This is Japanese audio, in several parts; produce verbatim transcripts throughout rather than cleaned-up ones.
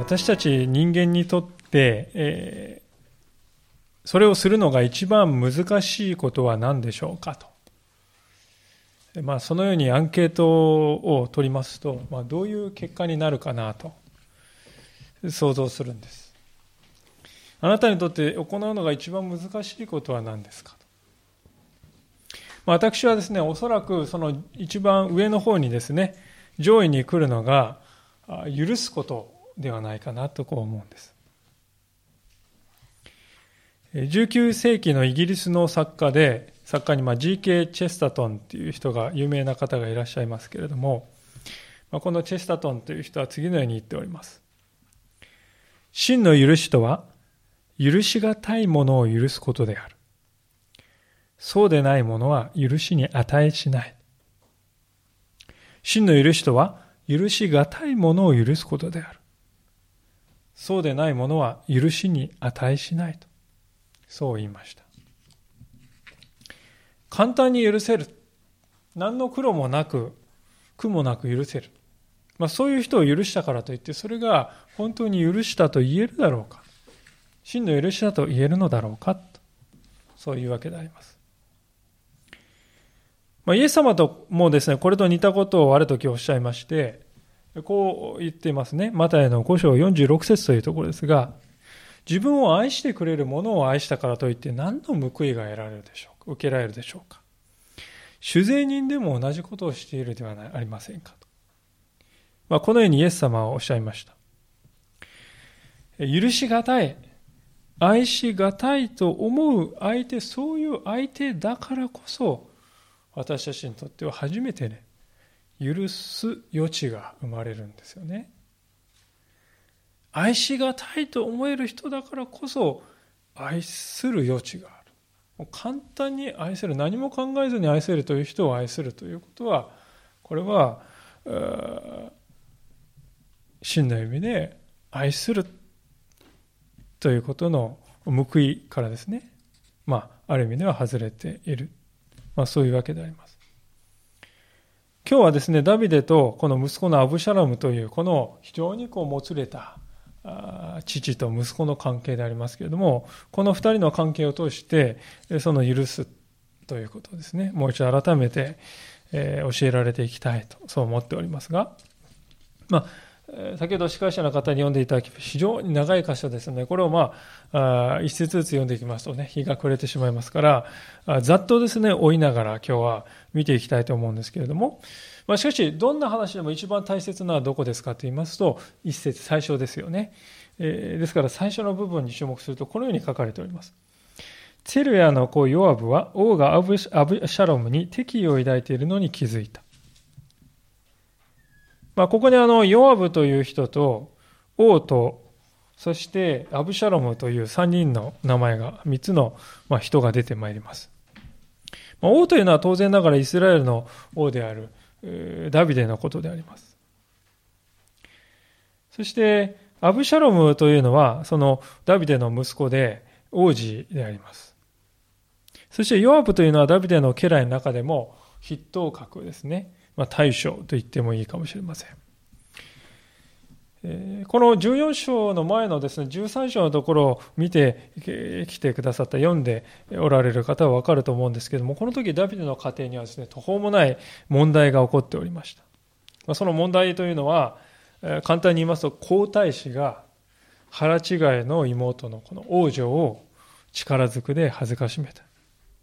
私たち人間にとって、えー、それをするのが一番難しいことは何でしょうかと。まあ、そのようにアンケートを取りますと、まあ、どういう結果になるかなと想像するんです。あなたにとって行うのが一番難しいことは何ですかと。まあ、私はですね、おそらくその一番上の方にですね、上位に来るのが許すことではないかなとこう思うんです。じゅうきゅう世紀のイギリスの作家で、作家にまあ ジーケー チェスタトンという人が有名な方がいらっしゃいますけれども、まあ、このチェスタトンという人は次のように言っております。真の許しとは、許しがたいものを許すことである。そうでないものは許しに値しない。真の許しとは、許しがたいものを許すことである。そうでないものは許しに値しないと。そう言いました。簡単に許せる。何の苦労もなく、苦もなく許せる。まあ、そういう人を許したからといって、それが本当に許したと言えるだろうか。真の許しだと言えるのだろうか。とそういうわけであります。まあ、イエス様ともですね、これと似たことをある時おっしゃいまして、こう言っていますね。マタイのご章よんじゅうろく節というところですが、自分を愛してくれる者を愛したからといって何の報いが得られるでしょうか、受けられるでしょうか。酒税人でも同じことをしているではありませんかと。まあ、このようにイエス様はおっしゃいました。許しがたい、愛しがたいと思う相手、そういう相手だからこそ、私たちにとっては初めてね、許す余地が生まれるんですよね。愛しがたいと思える人だからこそ愛する余地がある。もう簡単に愛せる、何も考えずに愛せるという人を愛するということは、これは真の意味で愛するということの報いからですね、まあある意味では外れている、まあ、そういうわけであります。今日はですね、ダビデとこの息子のアブシャロムというこの非常にこうもつれた父と息子の関係でありますけれども、この二人の関係を通してその許すということをですね、もう一度改めて教えられていきたいとそう思っておりますが、まあ先ほど司会者の方に読んでいただき非常に長い箇所ですので、これをまあ一節ずつ読んでいきますとね、日が暮れてしまいますから、ざっとですね追いながら今日は見ていきたいと思うんですけれども、まあ、しかしどんな話でも一番大切なのはどこですかと言いますと、一節最初ですよね。えー、ですから最初の部分に注目するとこのように書かれております。ツェルヤの子ヨアブは王がアブシャロムに敵意を抱いているのに気づいた。まあ、ここにあのヨアブという人と王とそしてアブシャロムというさんにんの名前がみっつのまあ人が出てまいります。まあ、王というのは当然ながらイスラエルの王であるダビデのことであります。そしてアブシャロムというのはそのダビデの息子で王子であります。そしてヨアブというのはダビデの家来の中でも筆頭格ですね。まあ、大将と言ってもいいかもしれません。えー、このじゅうよん章の前のですね、じゅうさん章のところを見てきてくださった、読んでおられる方はわかると思うんですけれども、この時ダビデの家庭にはですね、途方もない問題が起こっておりました。まあ、その問題というのは、えー、簡単に言いますと、皇太子が腹違いの妹のこの王女を力ずくで恥ずかしめた。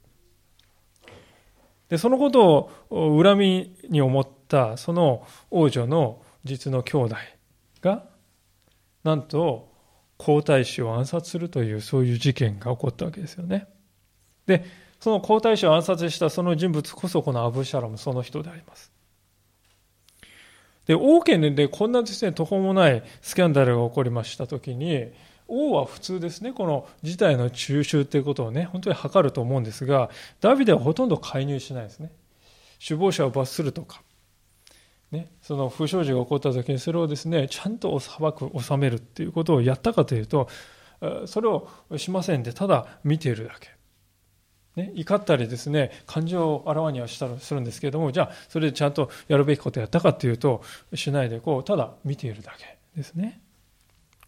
で、そのことを恨みに思ったその王女の実の兄弟が、なんと皇太子を暗殺するというそういう事件が起こったわけですよね。で、その皇太子を暗殺したその人物こそこのアブシャロム、その人であります。で、王家でこんなですね、途方もないスキャンダルが起こりましたときに、王は普通ですね、この事態の収拾ということをね、本当に図ると思うんですが、ダビデはほとんど介入しないですね。首謀者を罰するとか、ね、その不祥事が起こったときにそれをですね、ちゃんと裁く、収めるっていうことをやったかというと、それをしませんで、ただ見ているだけ。ね、怒ったりですね、感情をあらわにはしたりするんですけれども、じゃあそれでちゃんとやるべきことをやったかというと、しないでこう、ただ見ているだけですね。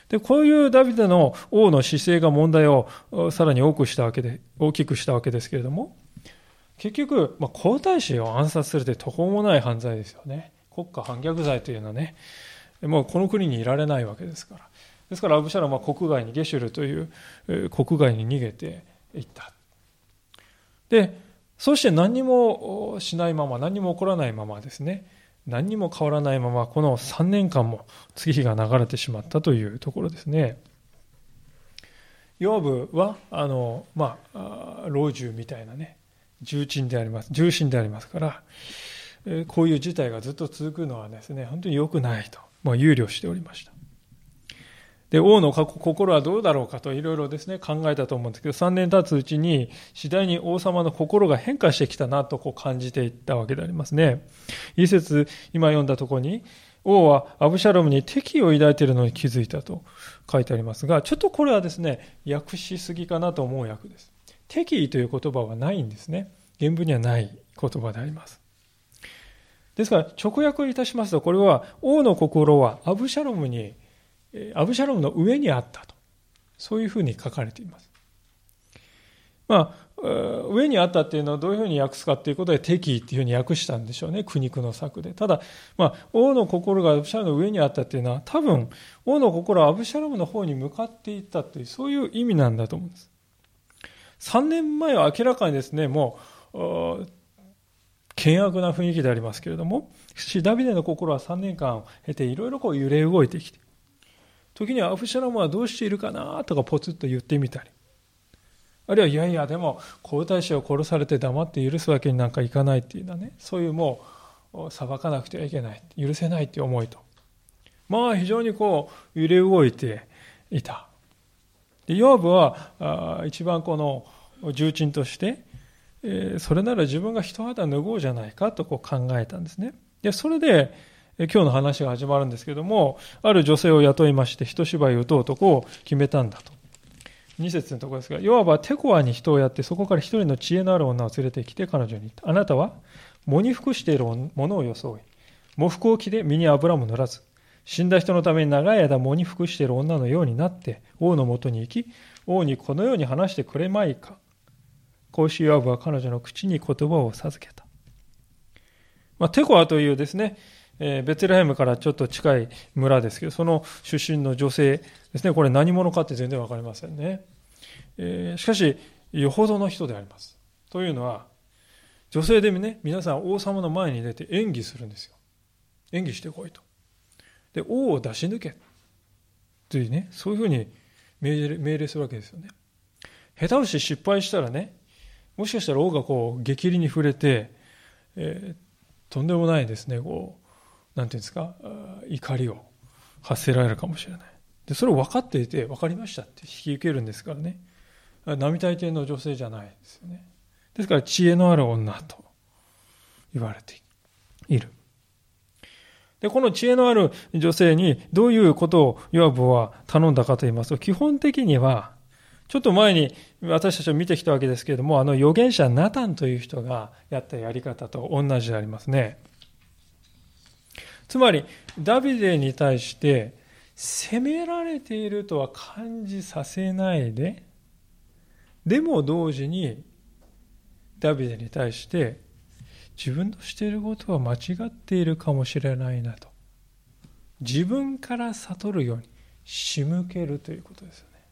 で、こういうダビデの王の姿勢が問題をさらに多くしたわけで、大きくしたわけですけれども、結局、まあ、皇太子を暗殺するって途方もない犯罪ですよね。国家反逆罪というのはね、もうこの国にいられないわけですから。ですからアブシャロムは国外に、ゲシュルという国外に逃げていった。で、そして何にもしないまま、何にも起こらないままですね、何にも変わらないまま、このさんねんかんも月日が流れてしまったというところですね。ヨアブは、あの、まあ、老中みたいなね、重鎮であります、重臣でありますから、こういう事態がずっと続くのはですね、本当に良くないと、まあ、憂慮しておりました。で、王の心はどうだろうかといろいろですね、考えたと思うんですけど、さんねん経つうちに次第に王様の心が変化してきたなとこう感じていったわけでありますね。一節、今読んだところに、王はアブシャロムに敵意を抱いているのに気づいたと書いてありますが、ちょっとこれはですね、訳しすぎかなと思う訳です。敵意という言葉はないんですね。原文にはない言葉であります。ですから直訳いたしますと、これは王の心はアブシャロムにアブシャロムの上にあったと、そういうふうに書かれています。まあ、上にあったっていうのはどういうふうに訳すかっていうことで敵意っていうふうに訳したんでしょうね、苦肉の策で。ただ、まあ、王の心がアブシャロムの上にあったっていうのは、多分王の心はアブシャロムの方に向かっていったという、そういう意味なんだと思うんです。さんねんまえは明らかにですね、もう険悪な雰囲気でありますけれども、しかしダビデの心はさんねんかんを経ていろいろこう揺れ動いてきて、時にはアブシャロムはどうしているかなとかポツッと言ってみたり、あるいはいやいやでも皇太子を殺されて黙って許すわけになんかいかないっていうのはね、そういうもう裁かなくてはいけない、許せないという思いと、まあ非常にこう揺れ動いていた。でヨアブは一番この重鎮として、えー、それなら自分が一肌脱ごうじゃないかとこう考えたんですね。でそれで今日の話が始まるんですけども、ある女性を雇いまして一芝居打とうとこう決めたんだと。に節のところですが、ヨアブはテコアに人をやって、そこから一人の知恵のある女を連れてきて彼女に言った。あなたは喪に服しているものを装い、喪服を着て身に油も塗らず、死んだ人のために長い間喪に服している女のようになって王のもとに行き、王にこのように話してくれまいか。こうしヨアブは彼女の口に言葉を授けた。まあ、テコアというですね、えー、ベツレヘムからちょっと近い村ですけど、その出身の女性ですね、これ何者かって全然わかりませんね。えー、しかし、よほどの人であります。というのは、女性でね、皆さん王様の前に出て演技するんですよ。演技してこいと。で、王を出し抜け。というね、そういうふうに命令、命令するわけですよね。下手をして失敗したらね、もしかしたら王がこう、激励に触れて、えー、とんでもないですね、こう、なんていうんですか、怒りを発せられるかもしれない。で、それを分かっていて、分かりましたって引き受けるんですからね。並大抵の女性じゃないですよね。ですから、知恵のある女と言われている。で、この知恵のある女性にどういうことをヨアブは頼んだかと言いますと、基本的には、ちょっと前に私たちを見てきたわけですけれども、あの預言者ナタンという人がやったやり方と同じでありますね。つまり、ダビデに対して責められているとは感じさせないで、でも同時にダビデに対して自分のしていることは間違っているかもしれないなと、自分から悟るように仕向けるということですよね。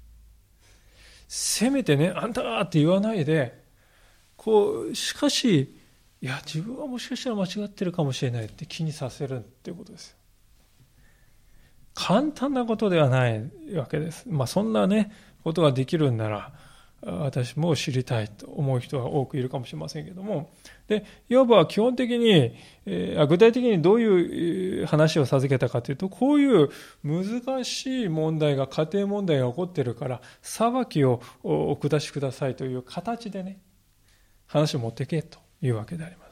せめてね、あんたって言わないで、こう、しかし、いや、自分はもしかしたら間違ってるかもしれないって気にさせるっていうことですよ。簡単なことではないわけです。まあ、そんなね、ことができるんなら、私も知りたいと思う人が多くいるかもしれませんけども、で、ヨブは基本的に、えー、具体的にどういう話を授けたかというと、こういう難しい問題が、家庭問題が起こっているから、裁きをお下しくださいという形でね、話を持っていけというわけであります。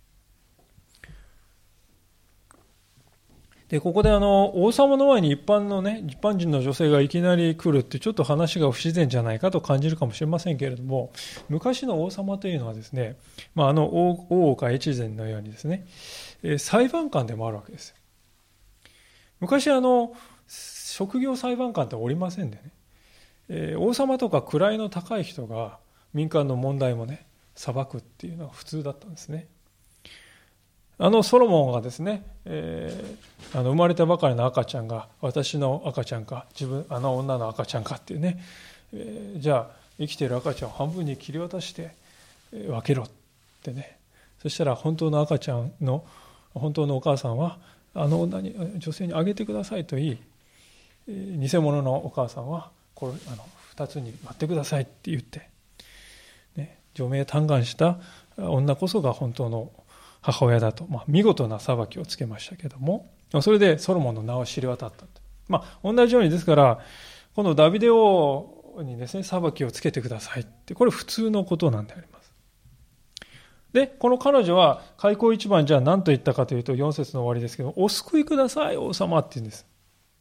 で、ここであの、王様の前に一般のね、一般人の女性がいきなり来るってちょっと話が不自然じゃないかと感じるかもしれませんけれども、昔の王様というのはですね、まあ、あの大、大岡越前のようにですね、えー、裁判官でもあるわけですよ。昔あの、 職業裁判官っておりませんでね、えー、王様とか位の高い人が民間の問題もね裁くっていうのは普通だったんですね。あのソロモンがですね、えー、あの生まれたばかりの赤ちゃんが私の赤ちゃんか自分あの女の赤ちゃんかっていうね、えー、じゃあ生きている赤ちゃんを半分に切り渡して分けろってね、そしたら本当の赤ちゃんの本当のお母さんはあの女に女性にあげてくださいと言い、偽物のお母さんはこれあのふたつに割ってくださいって言って、ね、除名嘆願した女こそが本当の母親だと、まあ、見事な裁きをつけましたけども、それでソロモンの名を知り渡ったと。まあ、同じようにですからこのダビデ王にですね裁きをつけてくださいって、これ普通のことなんであります。でこの彼女は開口一番じゃあ何と言ったかというとよん節の終わりですけど、お救いください王様って言うんです。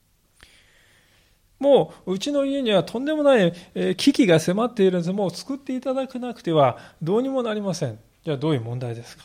もううちの家にはとんでもない危機が迫っているんです。もう救っていただかなくてはどうにもなりません。じゃあどういう問題ですか。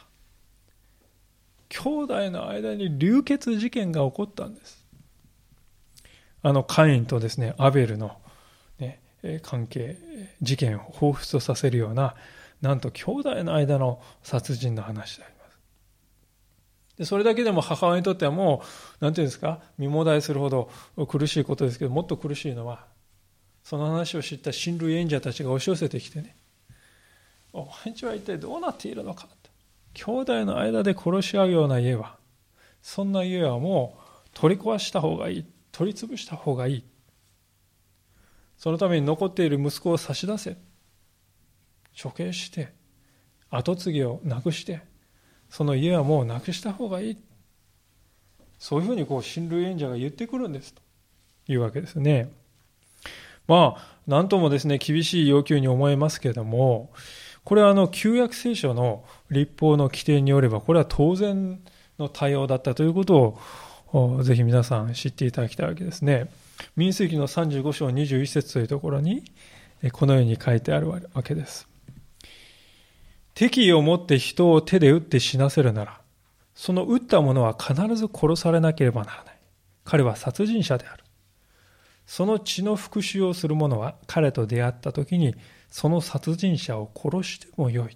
兄弟の間に流血事件が起こったんです。あのカインとですねアベルの、ね、関係事件を彷彿とさせるような、なんと兄弟の間の殺人の話であります。でそれだけでも母親にとってはもうなんていうんですか、身もだえするほど苦しいことですけど、もっと苦しいのはその話を知った親類縁者たちが押し寄せてきてね、お前んちは一体どうなっているのか、兄弟の間で殺し合うような家は、そんな家はもう取り壊した方がいい、取り潰した方がいい、そのために残っている息子を差し出せ、処刑して跡継ぎをなくしてその家はもうなくした方がいい、そういうふうにこう親類縁者が言ってくるんですというわけですね。まあ何ともですね厳しい要求に思えますけれども、これはあの旧約聖書の律法の規定によればこれは当然の対応だったということをぜひ皆さん知っていただきたいわけですね。民数記のさんじゅうご章にじゅういち節というところにこのように書いてあるわけです。敵意を持って人を手で撃って死なせるなら、その撃った者は必ず殺されなければならない。彼は殺人者である。その血の復讐をする者は彼と出会った時にその殺人者を殺してもよい。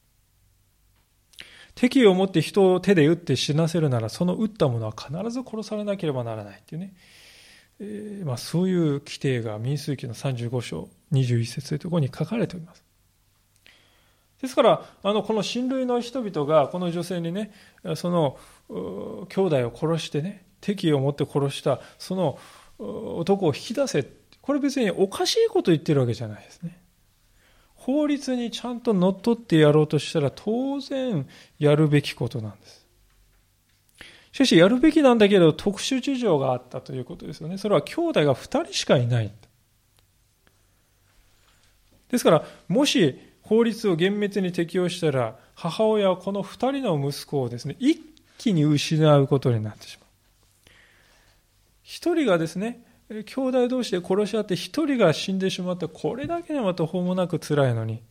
敵意を持って人を手で撃って死なせるなら、その撃った者は必ず殺されなければならないっていうね、えーまあ、そういう規定が民数記のさんじゅうご章にじゅういち節というところに書かれております。ですからあのこの親類の人々がこの女性にね、その兄弟を殺してね、敵意を持って殺したその男を引き出せ、これ別におかしいこと言ってるわけじゃないですね。法律にちゃんとのっとってやろうとしたら当然やるべきことなんです。しかしやるべきなんだけど特殊事情があったということですよね。それは兄弟がふたりしかいない。ですからもし法律を厳密に適用したら、母親はこのふたりの息子をですね一気に失うことになってしまう。一人がですね兄弟同士で殺し合って一人が死んでしまった、これだけでも途方もなく辛いのに、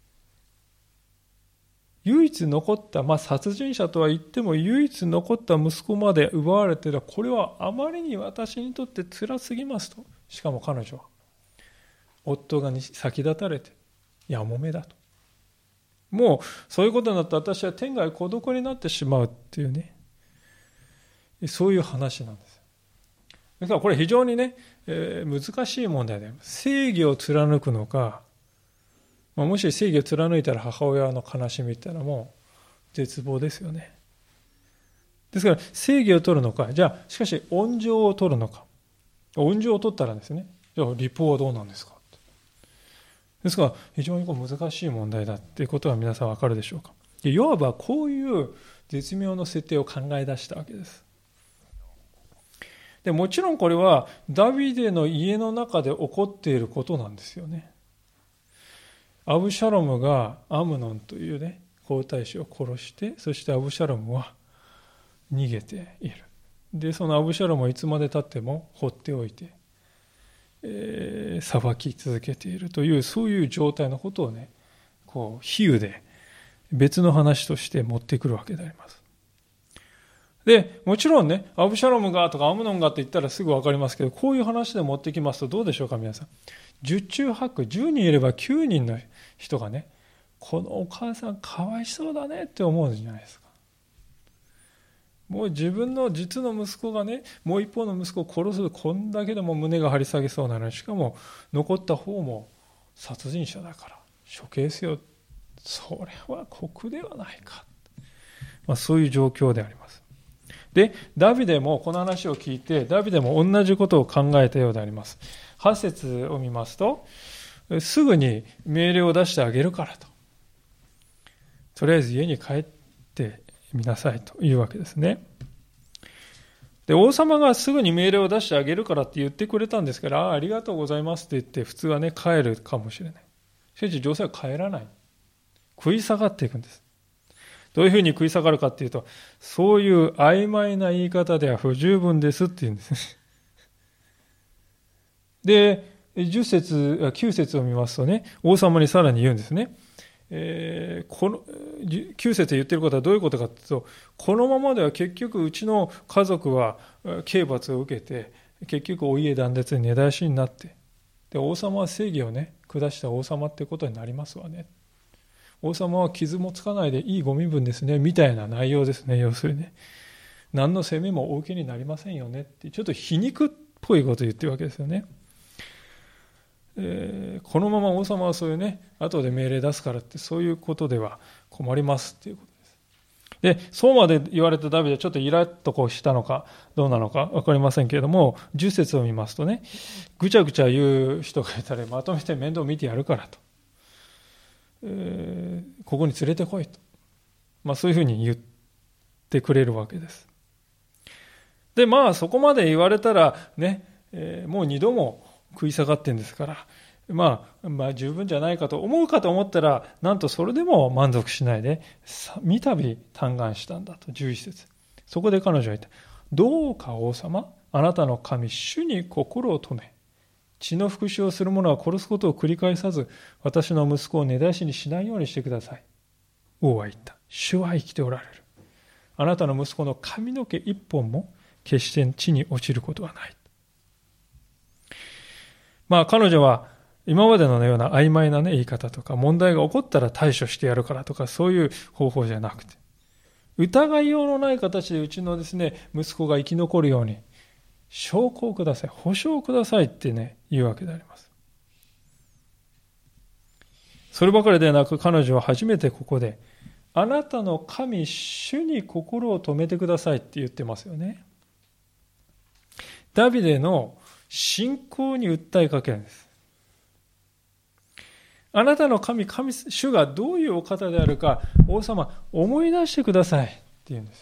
唯一残った、まあ殺人者とは言っても唯一残った息子まで奪われている、これはあまりに私にとって辛すぎますと。しかも彼女は夫が先立たれてやもめだと、もうそういうことになったら私は天涯孤独になってしまうっていうね、そういう話なんです。だからこれ非常にね、えー、難しい問題で、正義を貫くのか、まあ、もし正義を貫いたら母親の悲しみってのはもう絶望ですよね。ですから正義を取るのか、じゃあしかし温情を取るのか。温情を取ったらですね、じゃあ律法はどうなんですか。ですから非常にこう難しい問題だっていうことは皆さん分かるでしょうか。いわばこういう絶妙な設定を考え出したわけです。でもちろんこれはダビデの家の中で起こっていることなんですよね。アブシャロムがアムノンというね皇太子を殺して、そしてアブシャロムは逃げている。でそのアブシャロムをいつまで経っても放っておいて、えー、裁き続けているという、そういう状態のことをねこう比喩で別の話として持ってくるわけであります。 で、もちろんね、アブシャロムがとかアムノンがって言ったらすぐわかりますけど、こういう話で持ってきますとどうでしょうか、皆さん。十中八九、じゅうにんいればきゅうにんの人がね、このお母さんかわいそうだねって思うんじゃないですか。もう自分の実の息子がね、もう一方の息子を殺す、こんだけでも胸が張り下げそうなのに、しかも残った方も殺人者だから処刑せよ、それは酷ではないか、まあ、そういう状況であります。で、ダビデもこの話を聞いて、ダビデも同じことを考えたようであります。はち節を見ますと、すぐに命令を出してあげるからと、とりあえず家に帰ってみなさいというわけですね。で、王様がすぐに命令を出してあげるからって言ってくれたんですから、ああ、ありがとうございますって言って普通はね、帰るかもしれない。しかし女性は帰らない。食い下がっていくんです。どういうふうに食い下がるかっていうと、そういう曖昧な言い方では不十分ですって言うんです。で、じゅっ節、きゅう節を見ますとね、王様にさらに言うんですね。えー、このきゅう節で言ってることはどういうことかというと、このままでは結局うちの家族は刑罰を受けて、結局お家断絶に根絶やしになって、で王様は正義をね下した王様ってことになりますわね。王様は傷もつかないでいいご身分ですねみたいな内容ですね。要するに、ね、何の責めもお受けになりませんよねってちょっと皮肉っぽいことを言ってるわけですよね。えー、このまま王様はそういうね、後で命令出すからってそういうことでは困りますっていうことです。で、そうまで言われたダビデはちょっとイラッとこうしたのかどうなのか分かりませんけれども、じゅっ節を見ますとね、ぐちゃぐちゃ言う人がいたらまとめて面倒見てやるからと、えー、ここに連れてこいと、まあ、そういうふうに言ってくれるわけです。で、まあそこまで言われたらね、えー、もう二度も食い下がってんですから、まあ、まあ十分じゃないかと思うかと思ったら、なんとそれでも満足しないで三度嘆願したんだと。じゅういち節、そこで彼女は言った。どうか王様、あなたの神主に心を留め、血の復讐をする者は殺すことを繰り返さず、私の息子を根絶やしにしないようにしてください。王は言った。主は生きておられる。あなたの息子の髪の毛一本も決して地に落ちることはない。まあ彼女は今までのような曖昧な、ね、言い方とか、問題が起こったら対処してやるからとか、そういう方法じゃなくて、疑いようのない形でうちのですね、息子が生き残るように、証拠をください、保証をくださいってね、言うわけであります。そればかりではなく、彼女は初めてここで、あなたの神主に心を留めてくださいって言ってますよね。ダビデの信仰に訴えかけるんです。あなたの神、神主がどういうお方であるか、王様、思い出してくださいって言うんです。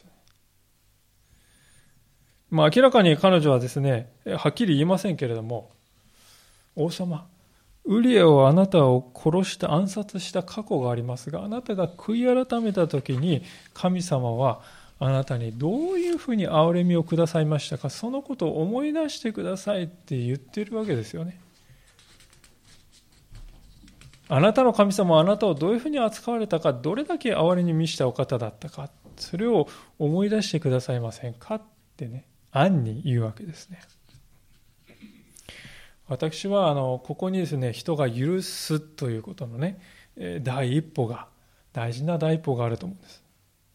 まあ明らかに彼女はですね、はっきり言いませんけれども、王様、ウリエをあなたを殺した暗殺した過去がありますが、あなたが悔い改めた時に神様はあなたにどういうふうに憐れみをくださいましたか、そのことを思い出してくださいって言っているわけですよね。あなたの神様はあなたをどういうふうに扱われたか、どれだけ憐れに満ちたお方だったか、それを思い出してくださいませんかってね、暗に言うわけですね。私はあのここにですね、人が許すということのね、第一歩が、大事な第一歩があると思うんです。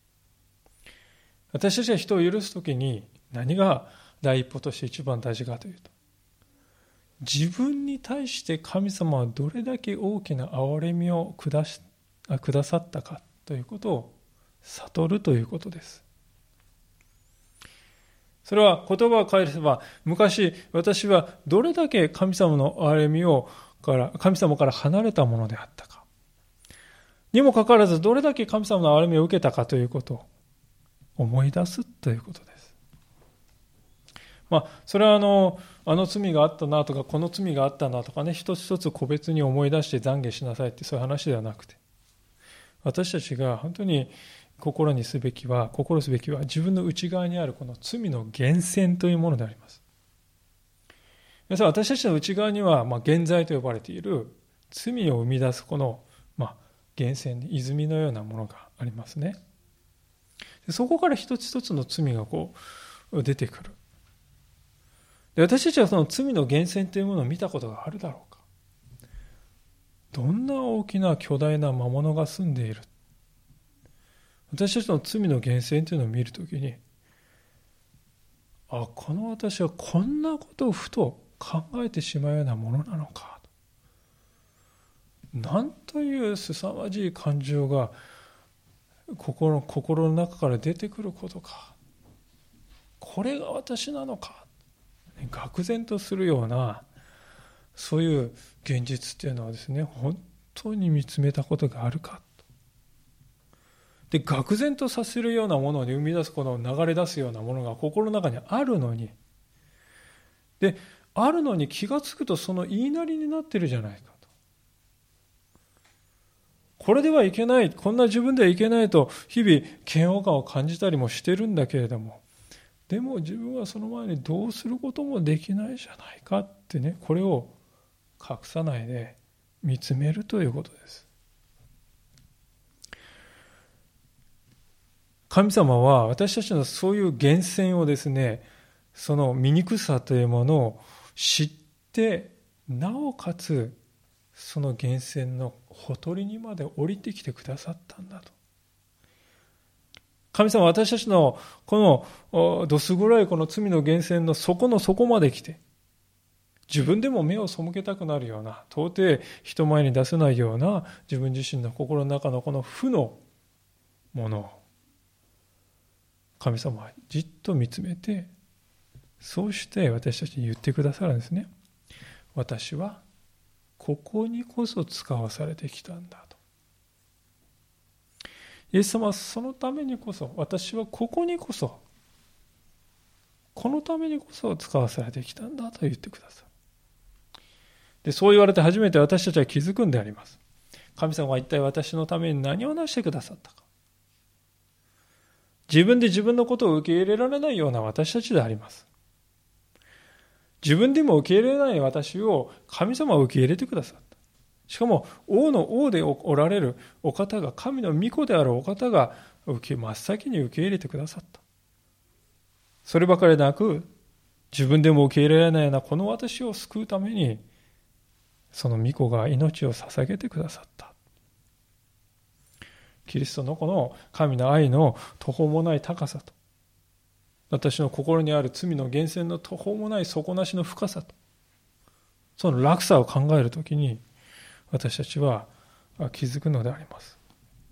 私たちは人を許すときに何が第一歩として一番大事かというと、自分に対して神様はどれだけ大きな憐れみをくだし、くださったかということを悟るということです。それは言葉を変えれば、昔私はどれだけ神様の憐れみをから神様から離れたものであったかにもかかわらず、どれだけ神様の憐れみを受けたかということを思い出すということです。まあ、それはあの、あの罪があったなとか、この罪があったなとかね、一つ一つ個別に思い出して懺悔しなさいってそういう話ではなくて、私たちが本当に心にすべきは、心すべきは自分の内側にあるこの罪の源泉というものであります。皆さん、私たちの内側には、まあ、原罪と呼ばれている罪を生み出すこの、まあ、源泉、泉のようなものがありますね。 そこから一つ一つの罪がこう出てくる。で、私たちはその罪の源泉というものを見たことがあるだろうか。どんな大きな巨大な魔物が住んでいる。私たちの罪の源泉というのを見るときに、あ、この私はこんなことをふと考えてしまうようなものなのか。なんという凄まじい感情が心、心の中から出てくることか。これが私なのか。愕然とするような、そういう現実っていうのはですね、本当に見つめたことがあるか。で、愕然とさせるようなものを生み出す、この流れ出すようなものが心の中にあるのに、で、あるのに気がつくとその言いなりになってるじゃないかと。これではいけない、こんな自分ではいけないと日々嫌悪感を感じたりもしてるんだけれども、でも自分はその前にどうすることもできないじゃないかってね、これを隠さないで見つめるということです。神様は私たちのそういう源泉をですね、その醜さというものを知って、なおかつその源泉のほとりにまで降りてきてくださったんだと。神様は私たちのこのどす黒いこの罪の源泉の底の底まで来て、自分でも目を背けたくなるような、到底人前に出せないような自分自身の心の中のこの負のものを神様はじっと見つめて、そうして私たちに言ってくださるんですね。私はここにこそ使わされてきたんだと。イエス様はそのためにこそ、私はここにこそ、このためにこそ使わされてきたんだと言ってくださる。で、そう言われて初めて私たちは気づくんであります。神様は一体私のために何をなしてくださったか。自分で自分のことを受け入れられないような私たちであります。自分でも受け入れられない私を神様は受け入れてくださった。しかも王の王でおられるお方が、神の御子であるお方が受け真っ先に受け入れてくださった。そればかりなく、自分でも受け入れられないようなこの私を救うために、その御子が命を捧げてくださった。キリストのこの神の愛の途方もない高さと、私の心にある罪の源泉の途方もない底なしの深さと、その落差を考えるときに、私たちは気づくのであります。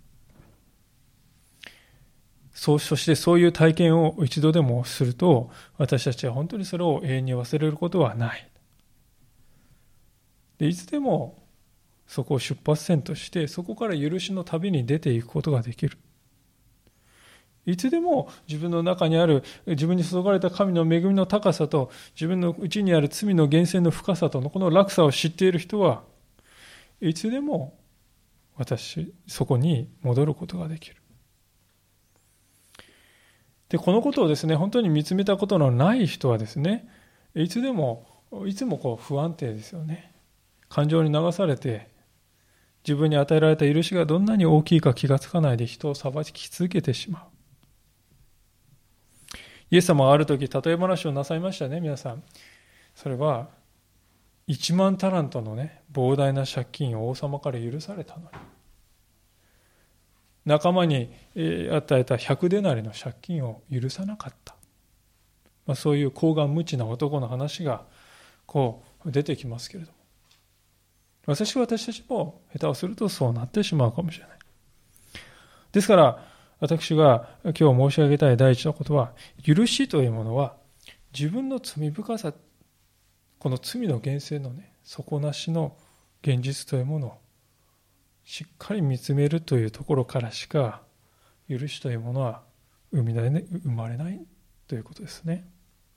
そうそしてそういう体験を一度でもすると、私たちは本当にそれを永遠に忘れることはない。で、いつでもそこを出発点として、そこから許しの旅に出ていくことができる。いつでも自分の中にある、自分に注がれた神の恵みの高さと、自分の内にある罪の源泉の深さとのこの落差を知っている人は、いつでも私、そこに戻ることができる。で、このことをですね、本当に見つめたことのない人はですね、いつでも、いつもこう不安定ですよね。感情に流されて、自分に与えられた許しがどんなに大きいか気がつかないで人を裁き続けてしまう。イエス様はある時、例え話をなさいましたね、皆さん。それは、一万タラントのね、膨大な借金を王様から許されたのに、仲間に与えた百デナリの借金を許さなかった。まあ、そういう厚顔無知な男の話がこう出てきますけれども、私は私たちも下手をするとそうなってしまうかもしれない。ですから私が今日申し上げたい第一のことは、許しというものは自分の罪深さ、この罪の源泉のね、底なしの現実というものをしっかり見つめるというところからしか、許しというものは生み生まれないということですね。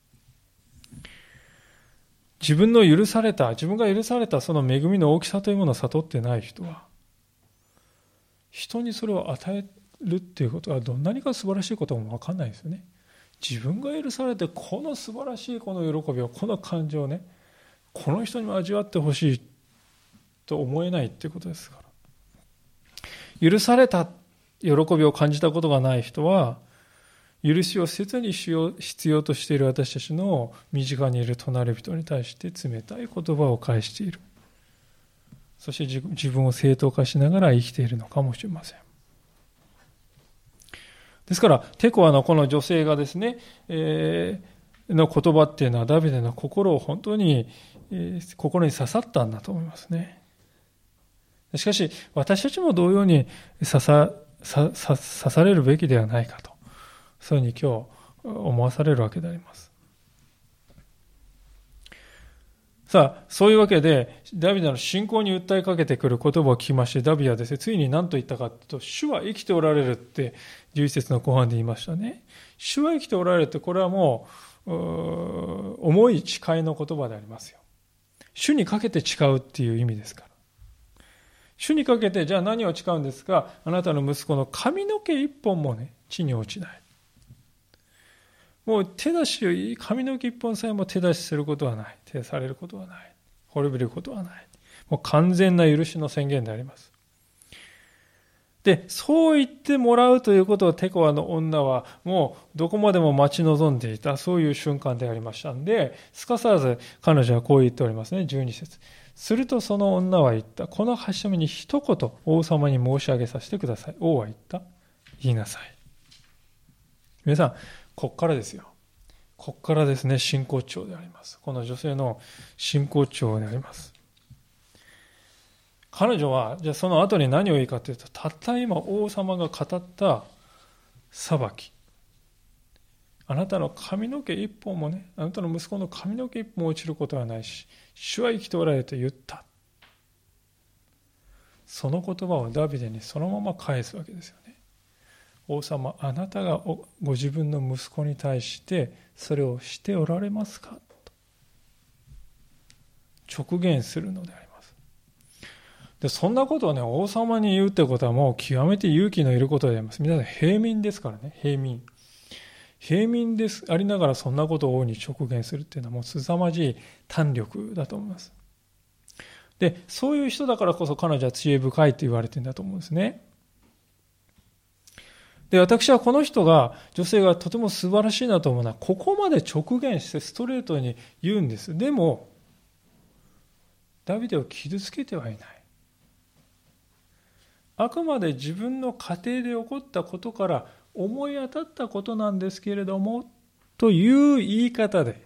自分の許された、自分が許されたその恵みの大きさというものを悟ってない人は、人にそれを与えるっていうことはどんなにか素晴らしいことも分かんないですよね。自分が許されて、この素晴らしいこの喜びを、この感情をね、この人にも味わってほしいと思えないっていうことですから。許された喜びを感じたことがない人は、 許しを切に必要としている私たちの身近にいる隣人に対して冷たい言葉を返している。そして自分を正当化しながら生きているのかもしれません。ですから、テコアのこの女性がですね、えー、の言葉っていうのはダビデの心を本当に、えー、心に刺さったんだと思いますね。しかし、私たちも同様に刺さ、刺さ、刺されるべきではないかと。そういうふうに今日思わされるわけであります。さあ、そういうわけで、ダビデの信仰に訴えかけてくる言葉を聞きまして、ダビデはですね、ついに何と言ったかというと、主は生きておられるってじゅういっ節の後半で言いましたね。主は生きておられるって、これはもう、う重い誓いの言葉でありますよ。主にかけて誓うっていう意味ですから。主にかけて、じゃあ何を誓うんですか？あなたの息子の髪の毛一本もね、地に落ちない。もう手出し、髪の毛一本さえも手出しすることはない。手出されることはない。滅びることはない。もう完全な許しの宣言であります。で、そう言ってもらうということをテコアの女はもうどこまでも待ち望んでいた、そういう瞬間でありましたんで、すかさず彼女はこう言っておりますね、じゅうに節。するとその女は言った。このはしゃみに一言王様に申し上げさせてください。王は言った。言いなさい。皆さん、こっからですよ。こっからですね、真骨頂であります。この女性の真骨頂であります。彼女は、じゃあその後に何を言うかというと、たった今王様が語った裁き。あなたの髪の毛一本もね、あなたの息子の髪の毛一本も落ちることはないし、主は生きておられると言った。その言葉をダビデにそのまま返すわけですよね。王様、あなたがご自分の息子に対してそれをしておられますかと直言するのであります。で、そんなことをね、王様に言うってことはもう極めて勇気のいることであります。皆さん平民ですからね、平民。平民でありながらそんなことを王に直言するっていうのはもう凄まじい胆力だと思います。で、そういう人だからこそ彼女は知恵深いと言われているんだと思うんですね。で、私はこの人が、女性がとても素晴らしいなと思うのは、ここまで直言してストレートに言うんです。でも、ダビデを傷つけてはいない。あくまで自分の家庭で起こったことから思い当たったことなんですけれども、という言い方で、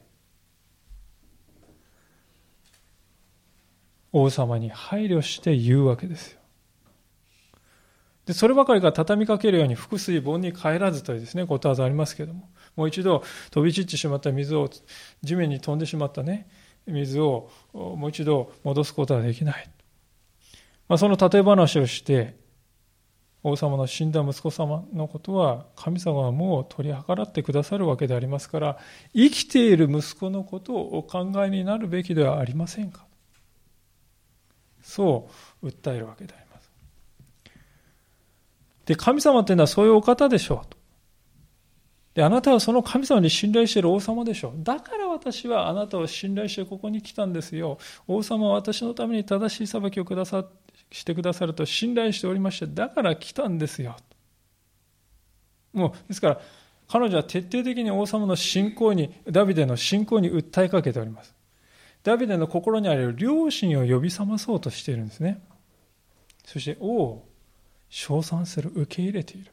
王様に配慮して言うわけですよ。で、そればかりが畳みかけるように腹水盆に帰らずというですね、ことわざありますけれども、もう一度飛び散ってしまった水を、地面に飛んでしまったね、水をもう一度戻すことはできない。まあ、その例え話をして、王様の死んだ息子様のことは神様はもう取り計らってくださるわけでありますから、生きている息子のことをお考えになるべきではありませんか。そう訴えるわけであります。で、神様っていうのはそういうお方でしょうと。で、あなたはその神様に信頼している王様でしょう。だから私はあなたを信頼してここに来たんですよ。王様は私のために正しい裁きをくださしてくださると信頼しておりまして、だから来たんですよ。もう、ですから、彼女は徹底的に王様の信仰に、ダビデの信仰に訴えかけております。ダビデの心にある良心を呼び覚まそうとしているんですね。そして王を称賛する、受け入れている。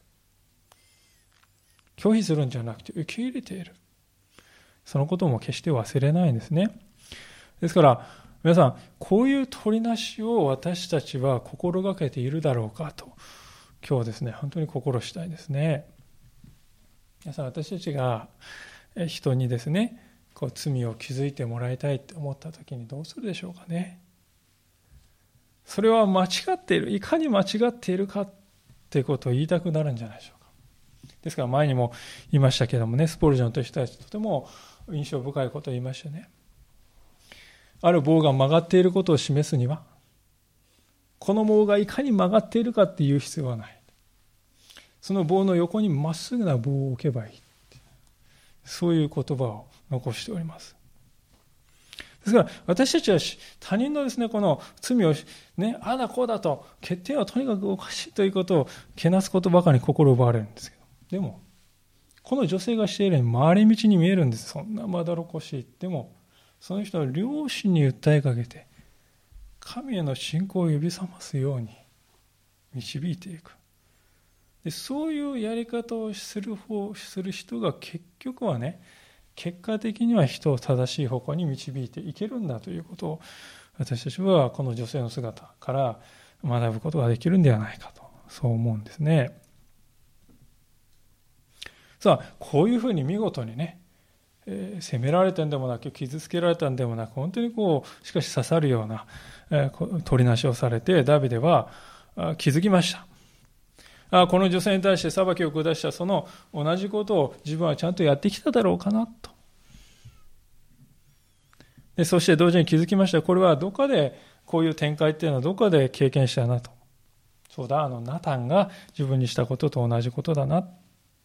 拒否するんじゃなくて受け入れている。そのことも決して忘れないんですね。ですから皆さん、こういう取りなしを私たちは心がけているだろうかと、今日ですね、本当に心したいですね。皆さん、私たちが人にですね、こう罪を気づいてもらいたいと思ったときにどうするでしょうかね。それは間違っている、いかに間違っているかということを言いたくなるんじゃないでしょうか。ですから前にも言いましたけれどもね、スポルジョンという人たちとても印象深いことを言いましたね。ある棒が曲がっていることを示すには、この棒がいかに曲がっているかっていう必要はない。その棒の横にまっすぐな棒を置けばいい。そういう言葉を残しております。ですから私たちは他人のですね、この罪をね、ああだこうだと、欠点はとにかくおかしいということをけなすことばかりに心奪われるんですけど、でもこの女性がしているように回り道に見えるんです。そんなまどろっこしい。でもその人は両親に訴えかけて神への信仰を呼び覚ますように導いていく。でそういうやり方をする方する人が結局はね、結果的には人を正しい方向に導いていけるんだということを、私たちはこの女性の姿から学ぶことができるんではないかと、そう思うんですね。さあ、こういうふうに見事にね、えー、責められたんでもなく傷つけられたんでもなく、本当にこうしかし刺さるような、えー、取りなしをされて、ダビデは気づきました。あ、この女性に対して裁きを下したその同じことを自分はちゃんとやってきただろうかなと。でそして同時に気づきました。これはどこでこういう展開っていうのはどこで経験したなと。そうだ、あのナタンが自分にしたことと同じことだな。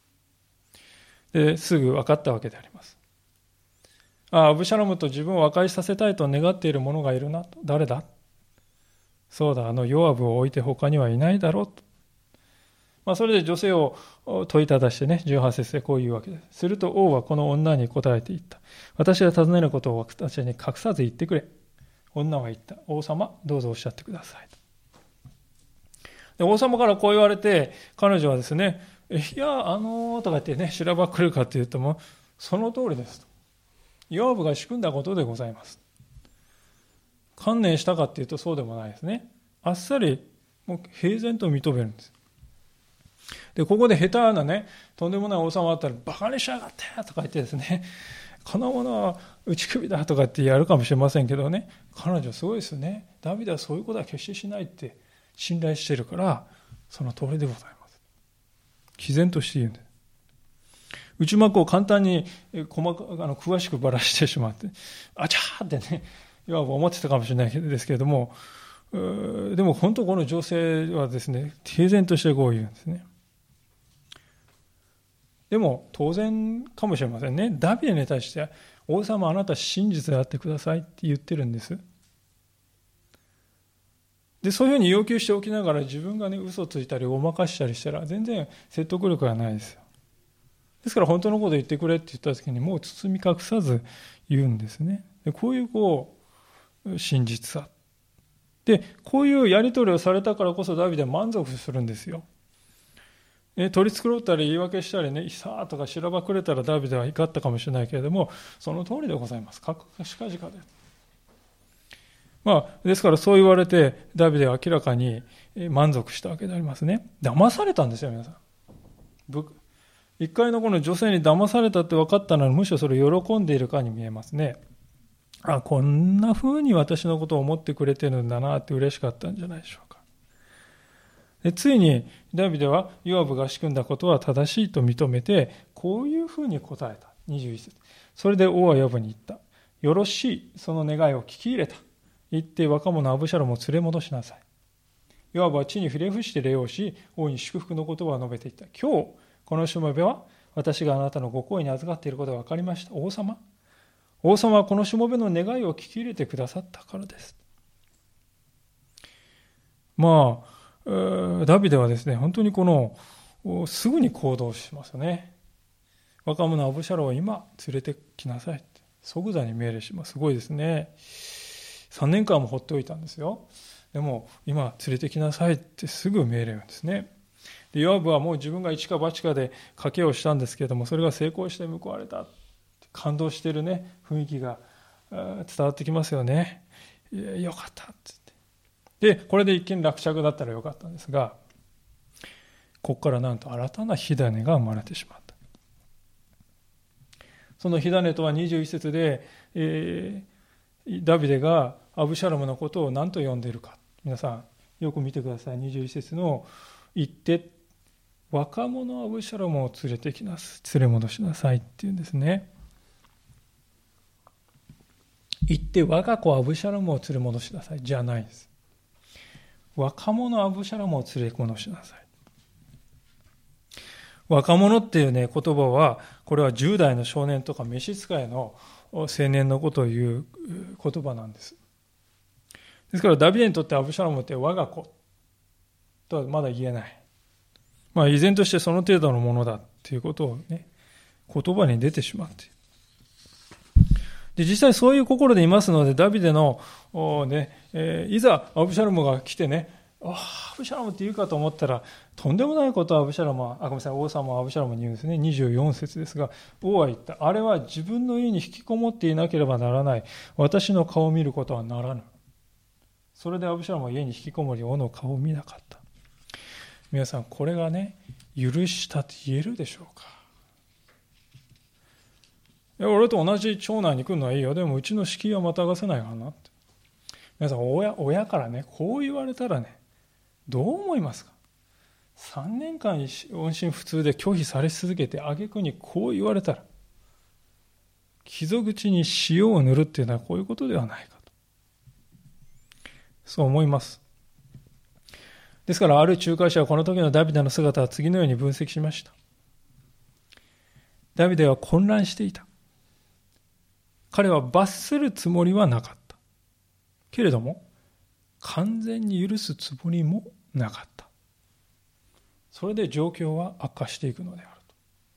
ですぐ分かったわけであります。あ、アブシャロムと自分を和解させたいと願っている者がいるなと。誰だ？そうだ、あのヨアブを置いて他にはいないだろうと。まあ、それで女性を問いただしてね、じゅうはち節でこういうわけです。すると王はこの女に答えて言った。私が尋ねることを私に隠さず言ってくれ。女は言った。王様、どうぞおっしゃってください。で王様からこう言われて、彼女はですね、いや、あのー、とか言ってね、しらばっくるかって言うとも、その通りですと。ヨアブが仕組んだことでございます。観念したかっていうとそうでもないですね。あっさり、もう平然と認めるんです。で、ここで下手なね、とんでもない王様だったら、バカにしやがってとか言ってですね、この者は打ち首だとかってやるかもしれませんけどね、彼女すごいですよね。ダビデはそういうことは決してしないって信頼しているから、その通りでございます。毅然として言うんです。内幕を簡単に細かあの詳しくばらしてしまって、あちゃーってね、いわば思ってたかもしれないですけれども、でも本当この女性はですね、平然としてこう言うんですね。でも当然かもしれませんね。ダビデに対して王様あなた真実であってくださいって言ってるんです。でそういうふうに要求しておきながら自分がね嘘ついたりごまかしたりしたら全然説得力がないですよ。ですから本当のこと言ってくれって言った時にもう包み隠さず言うんですね。でこういうこう真実さでこういうやり取りをされたからこそダビデは満足するんですよ。取り繕ったり言い訳したりね、いさーとかしらばくれたらダビデは怒ったかもしれないけれども、その通りでございます。確かしかじかで。まあ、ですからそう言われて、ダビデは明らかに満足したわけでありますね。騙されたんですよ、皆さん。一回のこの女性に騙されたって分かったのに、むしろそれを喜んでいるかに見えますね。あ、こんな風に私のことを思ってくれてるんだなって嬉しかったんじゃないでしょうか。でついにダビデはヨアブが仕組んだことは正しいと認めてこういうふうに答えた。にじゅういち節。それで王はヨアブに言った。よろしい、その願いを聞き入れた。言って若者アブシャロムを連れ戻しなさい。ヨアブは地にひれ伏して礼をし王に祝福の言葉を述べていった。今日このしもべは私があなたのご好意に預かっていることが分かりました。王様王様はこのしもべの願いを聞き入れてくださったからです。まあダビデはですね、本当にこのすぐに行動しますよね。若者アブシャロムを今連れてきなさいって即座に命令します。すごいですね。さんねんかんも放っておいたんですよ。でも今連れてきなさいってすぐ命令をですね。でヨアブはもう自分が一か八かで賭けをしたんですけれども、それが成功して報われた感動しているね雰囲気が伝わってきますよね。いやよかったってで、これで一見落着だったらよかったんですが、ここからなんと新たな火種が生まれてしまった。その火種とはにじゅういち節で、えー、ダビデがアブシャロムのことを何と呼んでいるか。皆さん、よく見てください。にじゅういち節の言って、若者アブシャロムを連れてきなす。連れ戻しなさいっていうんですね。言って、我が子アブシャロムを連れ戻しなさい。じゃないです。若者アブシャロムを連れ戻しなさい。若者っていうね言葉はこれはじゅう代の少年とか召使いの青年のことを言う言葉なんです。ですからダビデにとってアブシャロムって我が子とはまだ言えない。まあ依然としてその程度のものだっていうことをね言葉に出てしまっている。で、実際そういう心でいますので、ダビデの、ねえー、いざアブシャロムが来てね、ああ、アブシャロムって言うかと思ったら、とんでもないことをアブシャロムは、あ、ごめんなさい、王様はアブシャロムに言うんですね。にじゅうよん節ですが、王は言った。あれは自分の家に引きこもっていなければならない。私の顔を見ることはならぬ。それでアブシャロムは家に引きこもり、王の顔を見なかった。皆さん、これがね、許したと言えるでしょうか。いや、俺と同じ町内に来るのはいいよ。でもうちの敷居はまたがせないかなって。皆さん、親、親からね、こう言われたらね、どう思いますか？さんねんかん音信不通で拒否され続けて、挙句にこう言われたら、傷口に塩を塗るっていうのはこういうことではないかと。そう思います。ですから、ある仲介者はこの時のダビデの姿は次のように分析しました。ダビデは混乱していた。彼は罰するつもりはなかった。けれども、完全に許すつもりもなかった。それで状況は悪化していくのであると。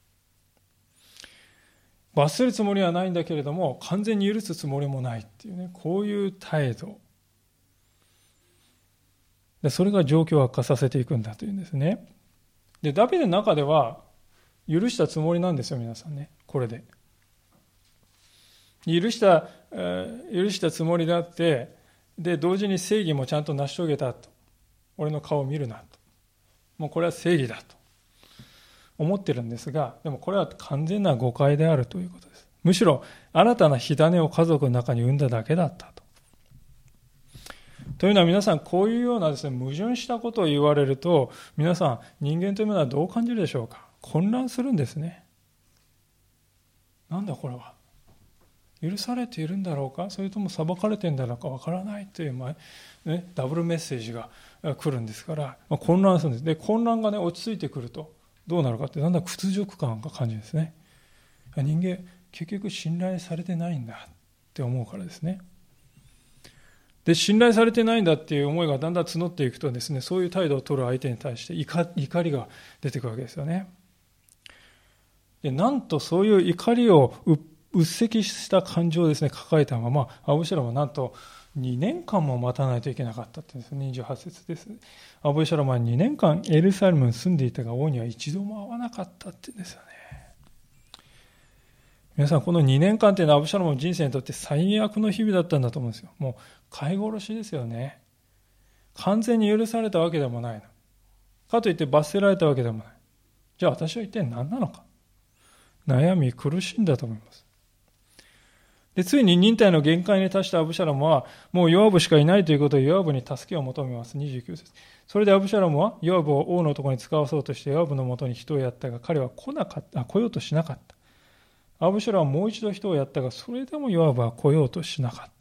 罰するつもりはないんだけれども、完全に許すつもりもないっていうね、こういう態度。で、それが状況を悪化させていくんだというんですね。で、ダビデの中では許したつもりなんですよ、皆さんね。これで。許した、えー、許したつもりであって、で、同時に正義もちゃんと成し遂げたと。俺の顔を見るなと。もうこれは正義だと思ってるんですが、でもこれは完全な誤解であるということです。むしろ新たな火種を家族の中に生んだだけだったと。というのは皆さん、こういうようなですね、矛盾したことを言われると、皆さん、人間というものはどう感じるでしょうか？混乱するんですね。なんだこれは。許されているんだろうか、それとも裁かれているんだろうかわからないという、まあね、ダブルメッセージが来るんですから、まあ、混乱するんです。で、混乱がね、落ち着いてくると、どうなるかって、だんだん屈辱感が感じるんですね。人間、結局信頼されてないんだって思うからですね。で、信頼されてないんだっていう思いがだんだん募っていくとですね、そういう態度を取る相手に対して怒、怒りが出てくるわけですよね。で、なんとそういう怒りをうっせきした感情をですね、抱えたまま、アブシャロムはなんとにねんかんも待たないといけなかったっていうんです。にじゅうはち節です。アブシャロムはにねんかんエルサレムに住んでいたが、王には一度も会わなかったっていうんですよね。皆さん、このにねんかんというのはアブシャロムの人生にとって最悪の日々だったんだと思うんですよ。もう飼い殺しですよね。完全に許されたわけでもないの。かといって罰せられたわけでもない。じゃあ私は一体何なのか。悩み苦しんだと思います。で、ついに忍耐の限界に達したアブシャロムは、もうヨアブしかいないということで、ヨアブに助けを求めます。にじゅうきゅう節。それでアブシャロムは、ヨアブを王のところに使わそうとして、ヨアブのもとに人をやったが、彼は来なかった、来ようとしなかった。アブシャロムはもう一度人をやったが、それでもヨアブは来ようとしなかった。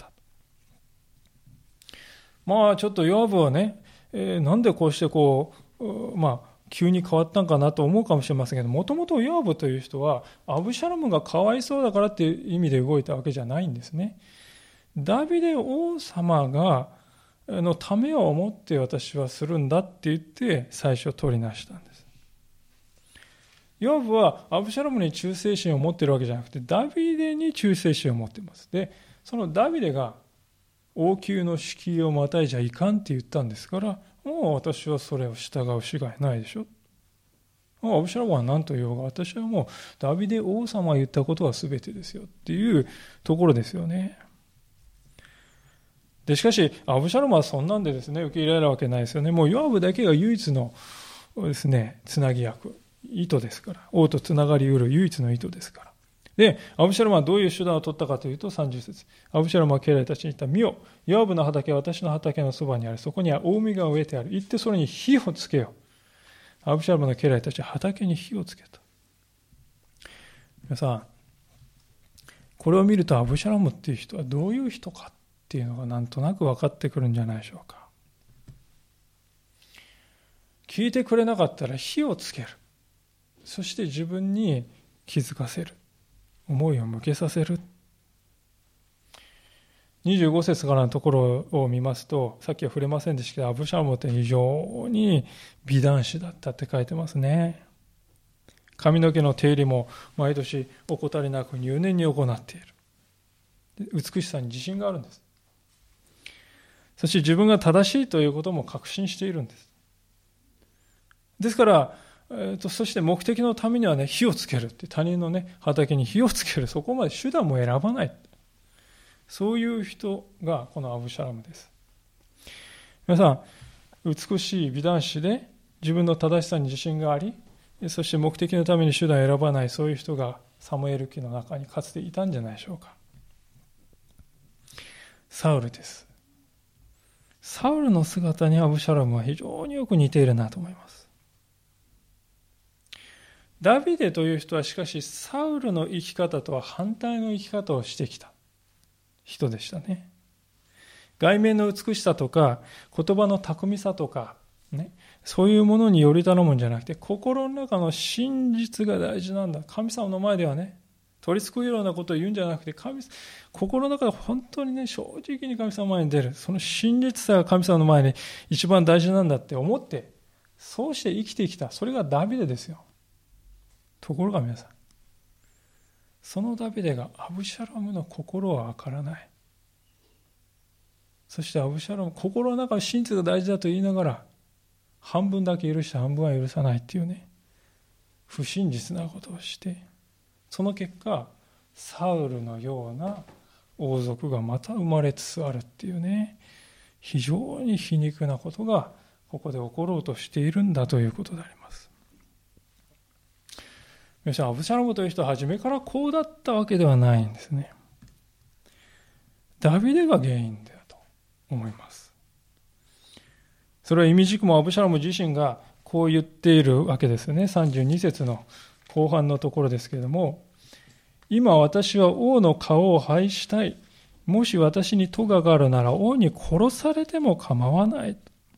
まあ、ちょっとヨアブはね、えー、なんでこうしてこう、まあ、急に変わったんかなと思うかもしれませんけど、もともとヨアブという人はアブシャロムがかわいそうだからっていう意味で動いたわけじゃないんですね。ダビデ王様がのためを思って私はするんだって言って最初取りなしたんです。ヨアブはアブシャロムに忠誠心を持っているわけじゃなくて、ダビデに忠誠心を持っています。で、そのダビデが王宮の敷居をまたいじゃいかんって言ったんですから、もう私はそれを従うしかないでしょ。アブシャロムは何と言おうが、私はもうダビデ王様が言ったことは全てですよっていうところですよね。で、しかしアブシャロムはそんなんでですね、受け入れられるわけないですよね。もうヨアブだけが唯一のですね、つなぎ役、糸ですから、王とつながりうる唯一の糸ですから。で、アブシャロムはどういう手段を取ったかというとさんじゅう節。アブシャロムは家来たちに言った。見よ、ヨアブの畑は私の畑のそばにある。そこには大海が植えてある。行ってそれに火をつけよう。アブシャロムの家来たちは畑に火をつけた。皆さん、これを見るとアブシャロムっていう人はどういう人かっていうのがなんとなく分かってくるんじゃないでしょうか。聞いてくれなかったら火をつける。そして自分に気づかせる。思いを向けさせる。にじゅうご節からのところを見ますと、さっきは触れませんでしたけど、アブシャロムって非常に美男子だったって書いてますね。 髪の毛の手入れも毎年怠りなく入念に行っている。美しさに自信があるんです。そして自分が正しいということも確信しているんです。ですから、えー、とそして目的のためにはね、火をつけるって、他人のね、畑に火をつける、そこまで手段も選ばない。そういう人がこのアブシャロムです。皆さん、美しい美男子で自分の正しさに自信があり、そして目的のために手段を選ばない、そういう人がサムエル記の中にかつていたんじゃないでしょうか。サウルです。サウルの姿にアブシャロムは非常によく似ているなと思います。ダビデという人はしかしサウルの生き方とは反対の生き方をしてきた人でしたね。外面の美しさとか言葉の巧みさとか、ね、そういうものにより頼むんじゃなくて、心の中の真実が大事なんだ。神様の前ではね、取り繕うようなことを言うんじゃなくて、神心の中で本当にね、正直に神様の前に出る、その真実さが神様の前に一番大事なんだって思って、そうして生きてきた。それがダビデですよ。ところが皆さん、そのダビデがアブシャロムの心は分からない。そしてアブシャロム、心の中の真実が大事だと言いながら、半分だけ許して半分は許さないっていうね、不真実なことをして、その結果、サウルのような王族がまた生まれつつあるっていうね、非常に皮肉なことがここで起ころうとしているんだということであります。皆さん、アブシャロムという人は初めからこうだったわけではないんですね。ダビデが原因だと思います。それは意味軸もアブシャロム自身がこう言っているわけですよね。さんじゅうに節の後半のところですけれども、今私は王の顔を拝したい。もし私に咎があるなら王に殺されても構わない。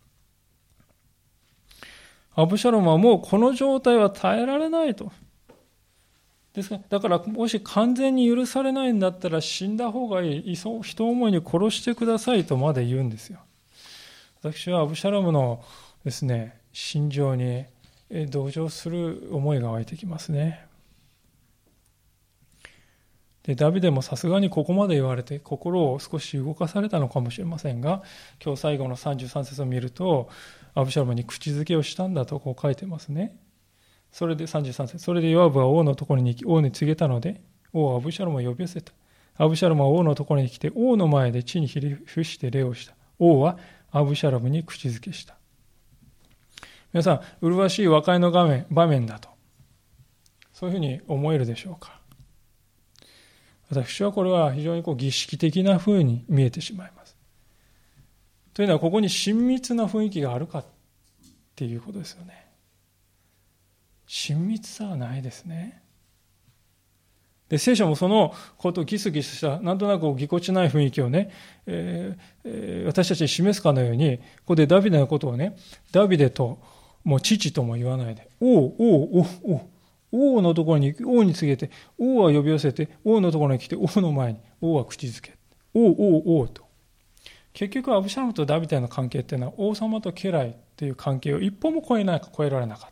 アブシャロムはもうこの状態は耐えられないと。ですから、だからもし完全に許されないんだったら死んだ方がいい。人思いに殺してくださいとまで言うんですよ。私はアブシャロムのですね、心情に同情する思いが湧いてきますね。で、ダビデもさすがにここまで言われて心を少し動かされたのかもしれませんが、今日最後のさんじゅうさん節を見ると、アブシャロムに口づけをしたんだとこう書いてますね。それでさんじゅうさん節、それでヨアブは王のところに行き、王に告げたので、王はアブシャロムを呼び寄せた。アブシャロムは王のところに来て、王の前で地にひれ伏して礼をした。王はアブシャロムに口づけした。皆さん、麗しい和解の場面、場面だと、そういうふうに思えるでしょうか。私はこれは非常にこう儀式的なふうに見えてしまいます。というのは、ここに親密な雰囲気があるかっていうことですよね。親密さはないですね。で、聖書もそのことをギスギスした、なんとなくぎこちない雰囲気をね、えーえー、私たちに示すかのように、ここでダビデのことをね、ダビデと、もう父とも言わないで、王、王、王、王、王のところに、王に告げて、王は呼び寄せて、王のところに来て、王の前に、王は口づけ、王、王、王と。結局、アブシャロムとダビデの関係っていうのは、王様と家来っていう関係を一歩も超えないか超えられなかった。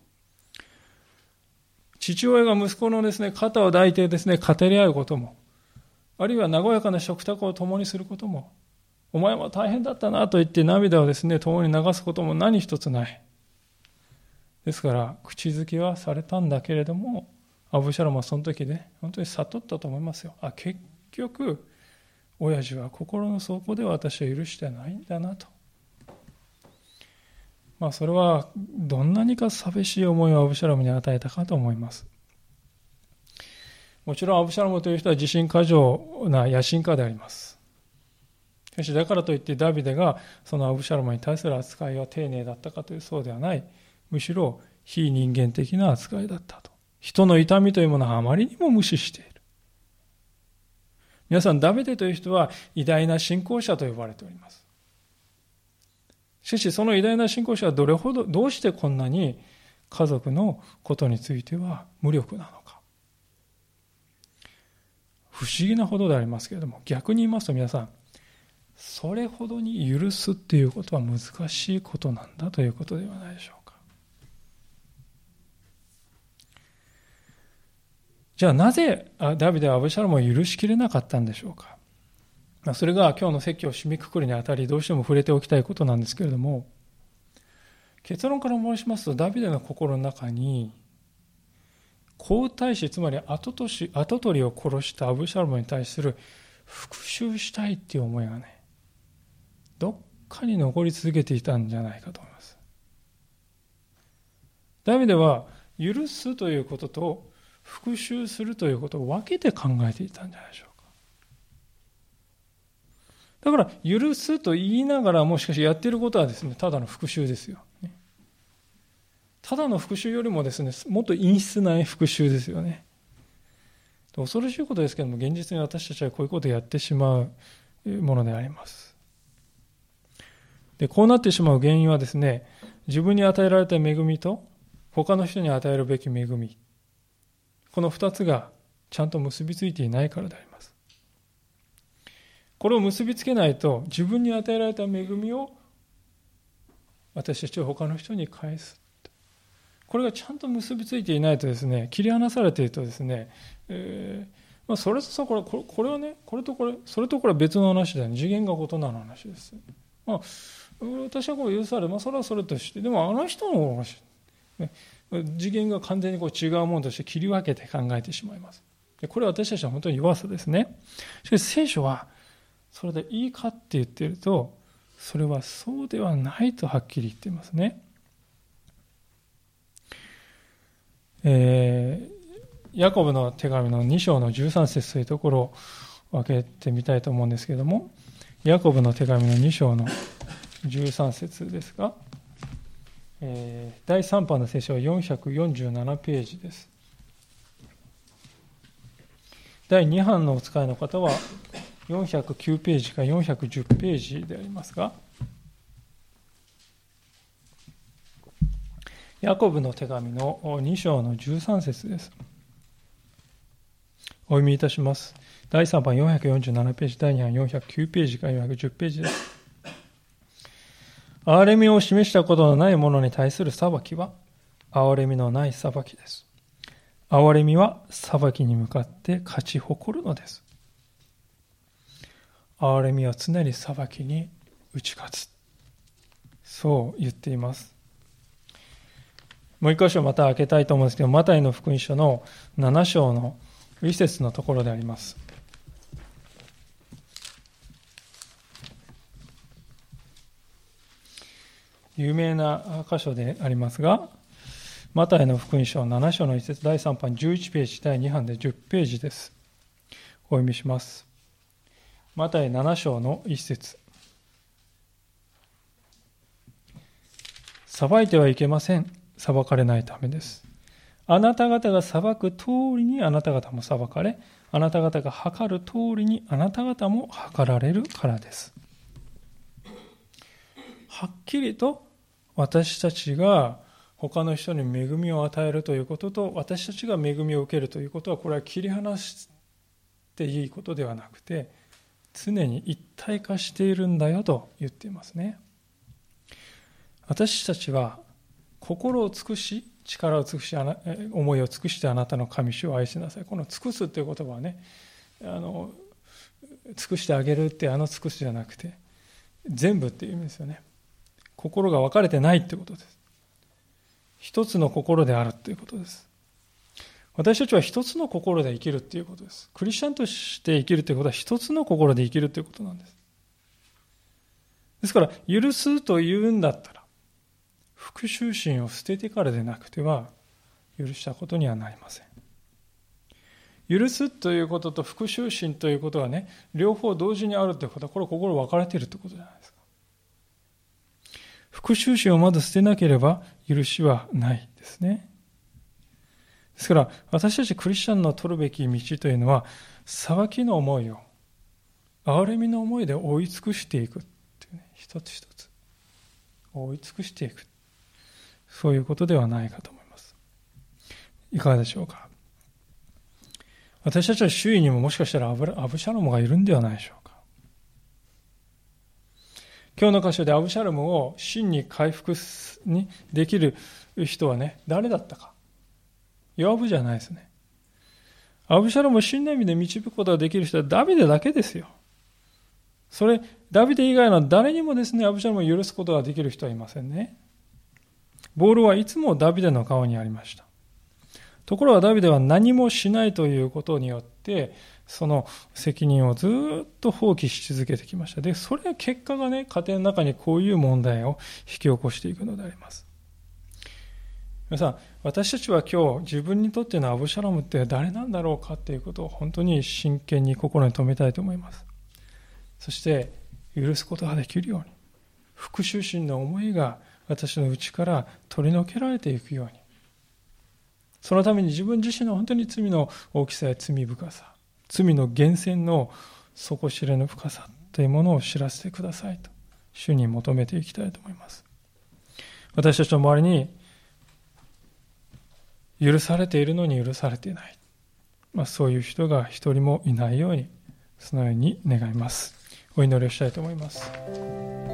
父親が息子のですね、肩を抱いてですね、語り合うことも、あるいは和やかな食卓を共にすることも、お前も大変だったなと言って涙をですね、共に流すことも何一つない。ですから、口づけはされたんだけれども、アブシャロムはその時で、本当に悟ったと思いますよ。あ、結局、親父は心の底で私を許してないんだなと。まあ、それはどんなにか寂しい思いをアブシャロムに与えたかと思います。もちろんアブシャロムという人は自信過剰な野心家であります。しかしだからといってダビデがそのアブシャロムに対する扱いは丁寧だったかというそうではない。むしろ非人間的な扱いだったと。人の痛みというものはあまりにも無視している。皆さん、ダビデという人は偉大な信仰者と呼ばれております。しかしその偉大な信仰者はどれほど、どうしてこんなに家族のことについては無力なのか。不思議なほどでありますけれども、逆に言いますと皆さん、それほどに許すっていうことは難しいことなんだということではないでしょうか。 じゃあなぜダビデはアブシャロムを許しきれなかったんでしょうか。それが今日の説教を締めくくるにあたりどうしても触れておきたいことなんですけれども、結論から申しますと、ダビデの心の中に皇太子、つまり跡取し跡取りを殺したアブシャロムに対する復讐したいっていう思いがね、どっかに残り続けていたんじゃないかと思います。ダビデは許すということと復讐するということを分けて考えていたんじゃないでしょうか。だから許すと言いながらもしかしやっていることはですね、ただの復讐ですよ。ただの復讐よりもですね、もっと陰湿な復讐ですよね。恐ろしいことですけども、現実に私たちはこういうことをやってしまうものであります。で、こうなってしまう原因はですね、自分に与えられた恵みと他の人に与えるべき恵み、この二つがちゃんと結びついていないからであります。これを結びつけないと、自分に与えられた恵みを私たちは他の人に返す。これがちゃんと結びついていないとですね、切り離されているとですね、えーまあ、それとさこれ、これはね、これとこれ、それとこれは別の話だよね。次元が異なる話です。まあ、私はこれ許される、まあ、それはそれとして、でもあの人の方が、ね、次元が完全にこう違うものとして切り分けて考えてしまいます。でこれは私たちは本当に弱さですね。しかし聖書は、それでいいかって言っていると、それはそうではないとはっきり言っていますね。えー、ヤコブの手紙のに章のじゅうさん節というところを分けてみたいと思うんですけれども、ヤコブの手紙のに章のじゅうさん節ですが、えー、だいさん版の聖書はよんひゃくよんじゅうななページです。だいに版のお使いの方はよんひゃくきゅうページかよんひゃくじゅうページでありますが、ヤコブの手紙のに章のじゅうさん節です。お読みいたします。だいさん版よんひゃくよんじゅうななページ、だいに版よんひゃくきゅうページかよんひゃくじゅうページです。憐れみを示したことのない者に対する裁きは、憐れみのない裁きです。憐れみは裁きに向かって勝ち誇るのです。憐れみは常に裁きに打ち勝つ。そう言っています。もう一箇所また開けたいと思うんですけど、マタイの福音書のなな章の一節のところであります。有名な箇所でありますが、マタイの福音書なな章の一節、だいさん版じゅういちページ、だいに版でじゅうページです。お読みします。マタイなな章の一節。裁いてはいけません。裁かれないためです。あなた方が裁く通りにあなた方も裁かれ、あなた方が計る通りにあなた方も計られるからです。はっきりと私たちが他の人に恵みを与えるということと、私たちが恵みを受けるということは、これは切り離していいことではなくて、常に一体化しているんだよと言っていますね。私たちは心を尽くし、力を尽くし、思いを尽くしてあなたの神主を愛しなさい。この尽くすという言葉はね、あの尽くしてあげるってあの尽くすじゃなくて、全部っていう意味ですよね。心が分かれてないってことです。一つの心であるということです。私たちは一つの心で生きるということです。クリスチャンとして生きるということは一つの心で生きるということなんです。ですから、許すというんだったら、復讐心を捨ててからでなくては許したことにはなりません。許すということと復讐心ということはね、両方同時にあるということは、これは心分かれているということじゃないですか。復讐心をまず捨てなければ許しはないですね。ですから私たちクリスチャンの取るべき道というのは、裁きの思いを憐れみの思いで追い尽くしていくっていうね、一つ一つ追い尽くしていく、そういうことではないかと思います。いかがでしょうか。私たちは周囲にももしかしたらアブシャロムがいるんではないでしょうか。今日の箇所でアブシャロムを真に回復にできる人はね、誰だったか。ヨアブじゃないですね。 アブシャロムを真の意味で導くことができる人はダビデだけですよ。それ、ダビデ以外の誰にもですね、アブシャロムを許すことができる人はいませんね。ボールはいつもダビデの顔にありました。ところがダビデは何もしないということによって、その責任をずっと放棄し続けてきました。で、それは結果がね、家庭の中にこういう問題を引き起こしていくのであります。皆さん、私たちは今日自分にとってのアブシャロムって誰なんだろうかっていうことを本当に真剣に心に留めたいと思います。そして許すことができるように、復讐心の思いが私の内から取り除けられていくように、そのために自分自身の本当に罪の大きさや罪深さ、罪の源泉の底知れぬ深さというものを知らせてくださいと主に求めていきたいと思います。私たちの周りに許されているのに許されていない、まあ、そういう人が一人もいないように、そのように願います。お祈りをしたいと思います。